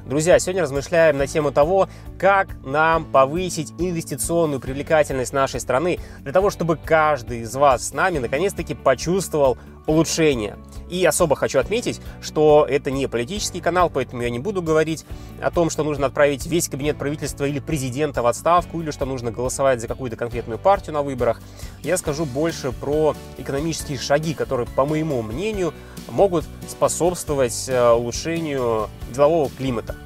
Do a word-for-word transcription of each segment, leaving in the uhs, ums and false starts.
Друзья, сегодня размышляем на тему того, как нам повысить инвестиционную привлекательность нашей страны для того, чтобы каждый из вас с нами наконец-таки почувствовал улучшение. И особо хочу отметить, что это не политический канал, поэтому я не буду говорить о том, что нужно отправить весь кабинет правительства или президента в отставку, или что нужно голосовать за какую-то конкретную партию на выборах. Я скажу больше про экономические шаги, которые, по моему мнению, могут способствовать улучшению делового климата.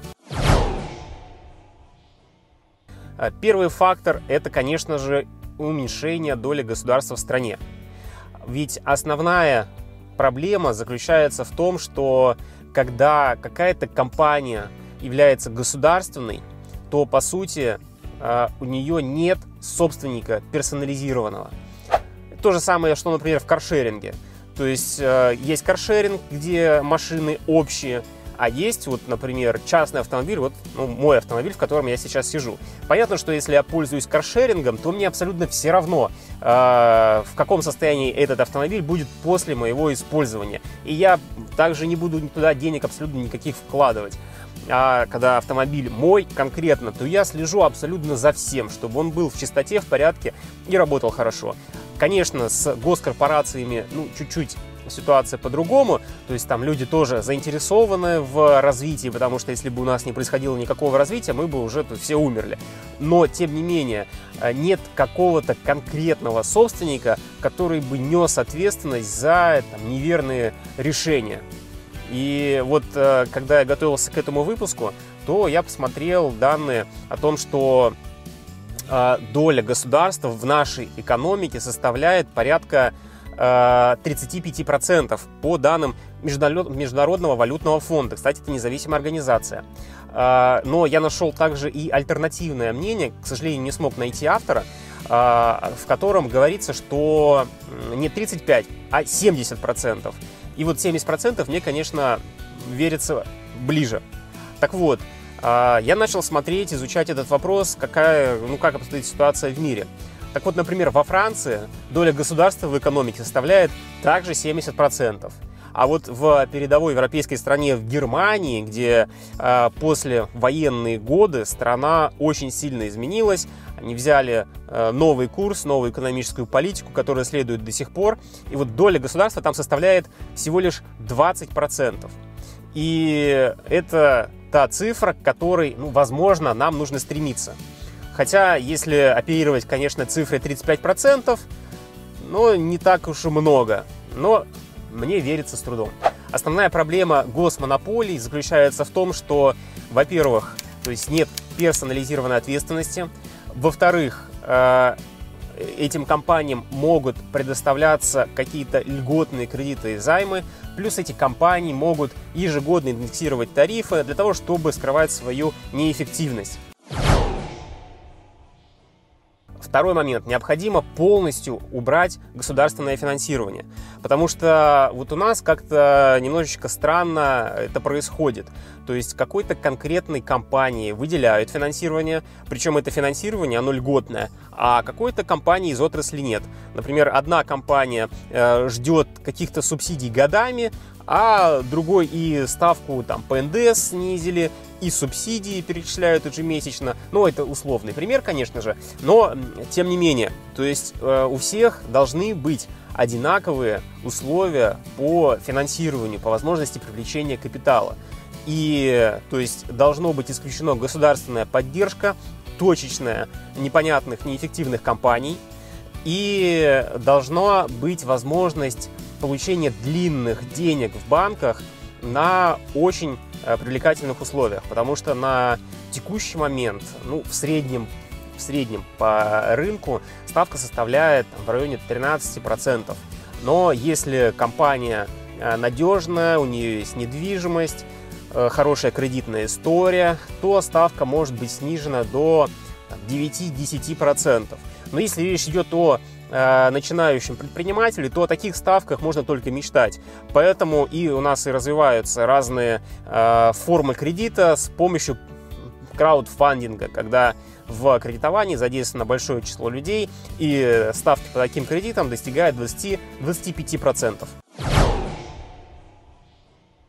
Первый фактор – это, конечно же, уменьшение доли государства в стране. Ведь основная проблема заключается в том, что когда какая-то компания является государственной, то, по сути, у нее нет собственника персонализированного. То же самое, что, например, в каршеринге. То есть есть каршеринг, где машины общие, а есть, вот, например, частный автомобиль, вот ну, мой автомобиль, в котором я сейчас сижу. Понятно, что если я пользуюсь каршерингом, то мне абсолютно все равно, э, в каком состоянии этот автомобиль будет после моего использования. И я также не буду туда денег абсолютно никаких вкладывать. А когда автомобиль мой конкретно, то я слежу абсолютно за всем, чтобы он был в чистоте, в порядке и работал хорошо. Конечно, с госкорпорациями, ну, чуть-чуть ситуация по-другому, то есть там люди тоже заинтересованы в развитии, потому что если бы у нас не происходило никакого развития, мы бы уже тут все умерли. Но, тем не менее, нет какого-то конкретного собственника, который бы нес ответственность за там, неверные решения. И вот когда я готовился к этому выпуску, то я посмотрел данные о том, что доля государства в нашей экономике составляет порядка тридцати пяти процентов по данным Международного валютного фонда. Кстати, это независимая организация. Но я нашел также и альтернативное мнение, к сожалению, не смог найти автора, в котором говорится, что не тридцать пять, а семьдесят процентов. И вот семьдесят процентов мне, конечно, верится ближе. Так вот, я начал смотреть, изучать этот вопрос, какая, ну, как обстоит ситуация в мире. Так вот, например, во Франции доля государства в экономике составляет также семьдесят процентов. А вот в передовой европейской стране, в Германии, где э, после военные годы страна очень сильно изменилась, они взяли э, новый курс, новую экономическую политику, которая следует до сих пор, и вот доля государства там составляет всего лишь двадцать процентов. И это та цифра, к которой, ну, возможно, нам нужно стремиться. Хотя, если оперировать, конечно, цифрой тридцать пять процентов, ну, не так уж и много, но мне верится с трудом. Основная проблема госмонополий заключается в том, что, во-первых, то есть нет персонализированной ответственности, во-вторых, этим компаниям могут предоставляться какие-то льготные кредиты и займы, плюс эти компании могут ежегодно индексировать тарифы для того, чтобы скрывать свою неэффективность. Второй момент. Необходимо полностью убрать государственное финансирование, потому что вот у нас как-то немножечко странно это происходит. То есть какой-то конкретной компании выделяют финансирование, причем это финансирование, оно льготное, а какой-то компании из отрасли нет. Например, одна компания э, ждет каких-то субсидий годами, а другой и ставку там по эн дэ эс снизили, и субсидии перечисляют ежемесячно. Ну, это условный пример, конечно же, но тем не менее, то есть э, у всех должны быть одинаковые условия по финансированию, по возможности привлечения капитала. И, то есть, должно быть исключена государственная поддержка, точечная непонятных, неэффективных компаний, и должна быть возможность получения длинных денег в банках на очень привлекательных условиях, потому что на текущий момент, ну, в среднем, в среднем по рынку ставка составляет там, в районе тринадцати процентов. Но если компания надежная, у нее есть недвижимость, хорошая кредитная история, то ставка может быть снижена до девяти-десяти процентов. Но если речь идет о э, начинающем предпринимателе, то о таких ставках можно только мечтать. Поэтому и у нас и развиваются разные э, формы кредита с помощью краудфандинга, когда в кредитовании задействовано большое число людей, и ставки по таким кредитам достигают двадцати-двадцати пяти процентов.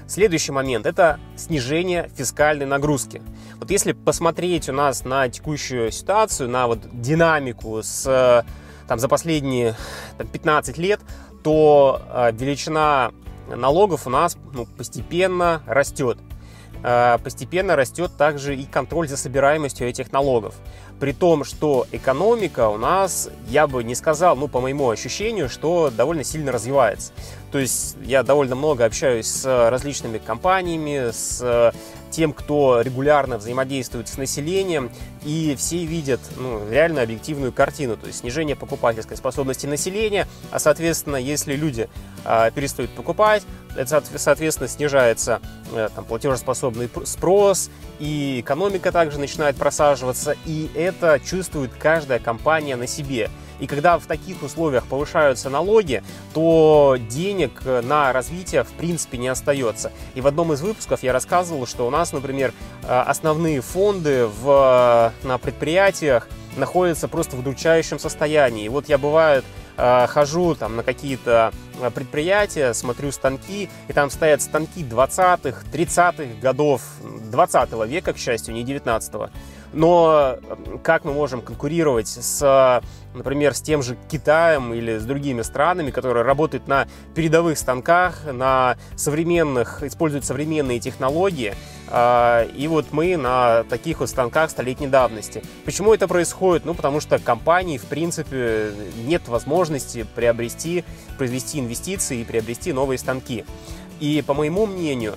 Следующий момент – это снижение фискальной нагрузки. Вот если посмотреть у нас на текущую ситуацию, на вот динамику с, там, за последние там, пятнадцать лет, то э, величина налогов у нас ну, постепенно растет. Э, постепенно растет также и контроль за собираемостью этих налогов. При том, что экономика у нас, я бы не сказал, ну, по моему ощущению, что довольно сильно развивается. То есть я довольно много общаюсь с различными компаниями, с тем, кто регулярно взаимодействует с населением, и все видят ну, реально объективную картину, то есть снижение покупательской способности населения, а соответственно, если люди а, перестают покупать, это, соответственно, снижается а, там, платежеспособный спрос, и экономика также начинает просаживаться, и это чувствует каждая компания на себе. И когда в таких условиях повышаются налоги, то денег на развитие в принципе не остается. И в одном из выпусков я рассказывал, что у нас, например, основные фонды в, на предприятиях находятся просто в удручающем состоянии. И вот я бывает хожу там на какие-то предприятия, смотрю станки, и там стоят станки двадцатых, тридцатых годов двадцатого века, к счастью, не девятнадцатого. Но как мы можем конкурировать с, например, с тем же Китаем или с другими странами, которые работают на передовых станках, на современных, используют современные технологии, и вот мы на таких вот станках столетней давности. Почему это происходит? Ну, потому что компании, в принципе, нет возможности приобрести, произвести инвестиции и приобрести новые станки. И, по моему мнению,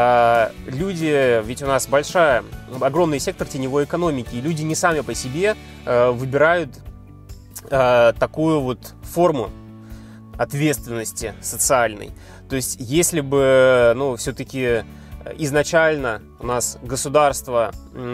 люди, ведь у нас большая, огромный сектор теневой экономики, и люди не сами по себе выбирают такую вот форму ответственности социальной. То есть, если бы, ну, все-таки изначально у нас государство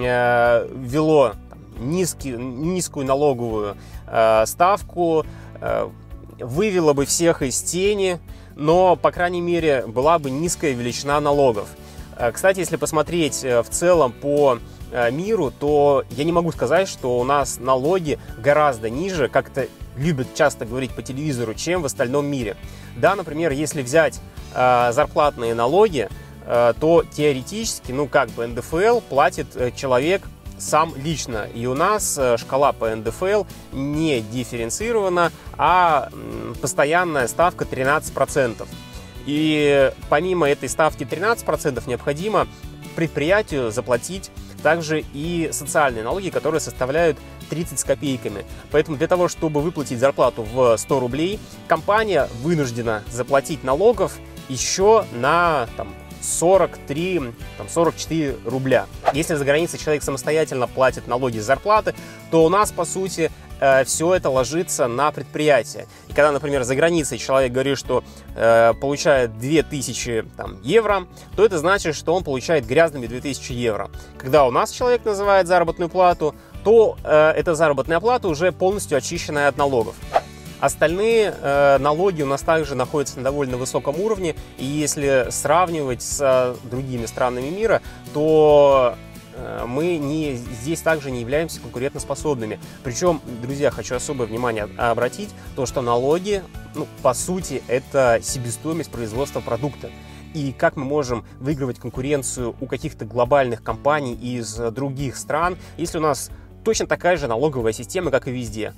ввело низкий, низкую налоговую ставку, вывело бы всех из тени, но, по крайней мере, была бы низкая величина налогов. Кстати, если посмотреть в целом по миру, то я не могу сказать, что у нас налоги гораздо ниже, как это любят часто говорить по телевизору, чем в остальном мире. Да, например, если взять зарплатные налоги, то теоретически, ну как бы эн дэ эф эл платит человек сам лично. И у нас шкала по эн дэ эф эл не дифференцирована, а постоянная ставка тринадцать процентов. И помимо этой ставки тринадцать процентов необходимо предприятию заплатить также и социальные налоги, которые составляют тридцать с копейками. Поэтому для того, чтобы выплатить зарплату в сто рублей, компания вынуждена заплатить налогов еще на там, сорок три — сорок четыре рубля. Если за границей человек самостоятельно платит налоги с зарплаты, то у нас, по сути, э, все это ложится на предприятие. И когда, например, за границей человек говорит, что э, получает две тысячи там, евро, то это значит, что он получает грязными две тысячи евро. Когда у нас человек называет заработную плату, то э, эта заработная плата уже полностью очищенная от налогов. Остальные э, налоги у нас также находятся на довольно высоком уровне, и если сравнивать с э, другими странами мира, то э, мы не, здесь также не являемся конкурентоспособными. Причем, друзья, хочу особое внимание обратить, то, что налоги, ну, по сути, это себестоимость производства продукта. И как мы можем выигрывать конкуренцию у каких-то глобальных компаний из других стран, если у нас точно такая же налоговая система, как и везде.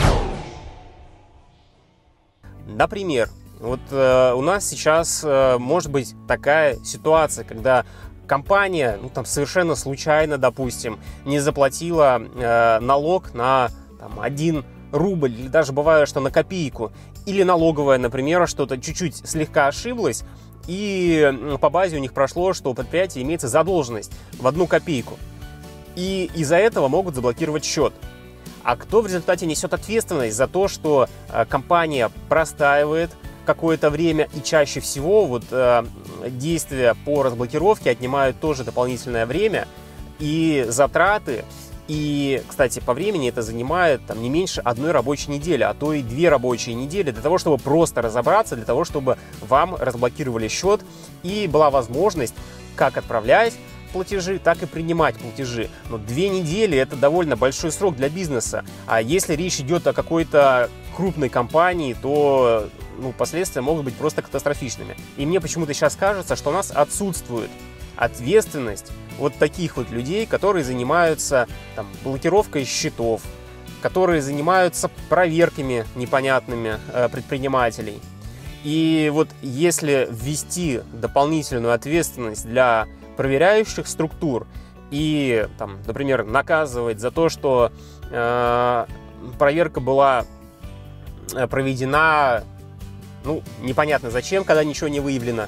Например, вот э, у нас сейчас э, может быть такая ситуация, когда компания, ну, там, совершенно случайно, допустим, не заплатила э, налог на там, один рубль, или даже бывает, что на копейку, или налоговая, например, что-то чуть-чуть слегка ошиблась, и по базе у них прошло, что у предприятия имеется задолженность в одну копейку. И из-за этого могут заблокировать счет. А кто в результате несет ответственность за то, что э, компания простаивает какое-то время, и чаще всего вот, э, действия по разблокировке отнимают тоже дополнительное время и затраты. И, кстати, по времени это занимает там, не меньше одной рабочей недели, а то и две рабочие недели для того, чтобы просто разобраться, для того, чтобы вам разблокировали счет и была возможность как отправлять, платежи, так и принимать платежи. Но две недели – это довольно большой срок для бизнеса. А если речь идет о какой-то крупной компании, то ну, последствия могут быть просто катастрофичными. И мне почему-то сейчас кажется, что у нас отсутствует ответственность вот таких вот людей, которые занимаются там, блокировкой счетов, которые занимаются проверками непонятными э, предпринимателей. И вот если ввести дополнительную ответственность для проверяющих структур и, там, например, наказывать за то, что э, проверка была проведена, ну, непонятно зачем, когда ничего не выявлено,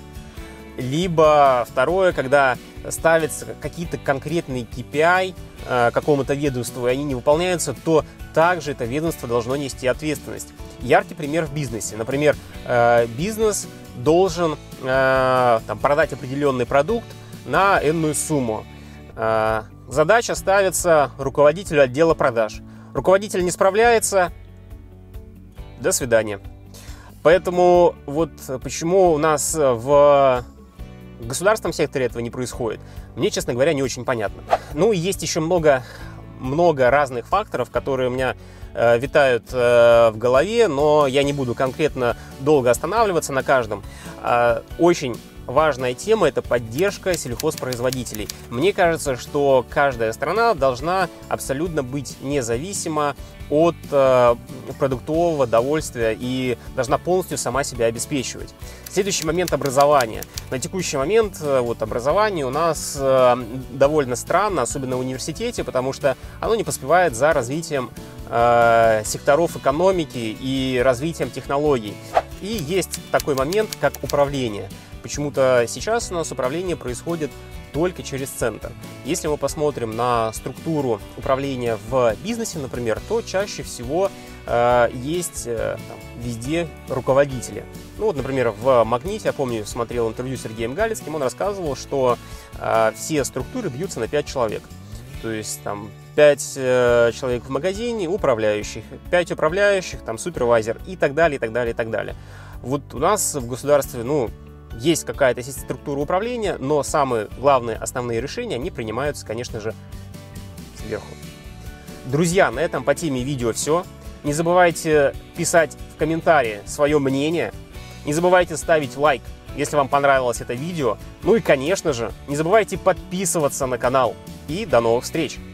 либо второе, когда ставятся какие-то конкретные кей пи ай э, какому-то ведомству, и они не выполняются, то также это ведомство должно нести ответственность. Яркий пример в бизнесе. Например, э, бизнес должен э, там, продать определенный продукт на энную сумму. Э, задача ставится руководителю отдела продаж. Руководитель не справляется, до свидания. Поэтому вот почему у нас в государственном секторе этого не происходит, мне, честно говоря, не очень понятно. Ну и есть еще много, много разных факторов, которые у меня э, витают э, в голове, но я не буду конкретно долго останавливаться на каждом. Э, очень важная тема – это поддержка сельхозпроизводителей. Мне кажется, что каждая страна должна абсолютно быть независима от э, продуктового довольствия и должна полностью сама себя обеспечивать. Следующий момент – образование. На текущий момент э, вот, образование у нас э, довольно странно, особенно в университете, потому что оно не поспевает за развитием э, секторов экономики и развитием технологий. И есть такой момент, как управление. Почему-то сейчас у нас управление происходит только через центр. Если мы посмотрим на структуру управления в бизнесе, например, то чаще всего э, есть э, там, везде руководители. Ну вот, например, в «Магните», я помню, смотрел интервью с Сергеем Галицким, он рассказывал, что э, все структуры бьются на пять человек. То есть там пять э, человек в магазине, управляющих, пять управляющих, там супервайзер и так далее, и так далее, и так далее. Вот у нас в государстве, ну, есть какая-то структура управления, но самые главные основные решения, они принимаются, конечно же, сверху. Друзья, на этом по теме видео все. Не забывайте писать в комментарии свое мнение. Не забывайте ставить лайк, если вам понравилось это видео. Ну и, конечно же, не забывайте подписываться на канал. И до новых встреч!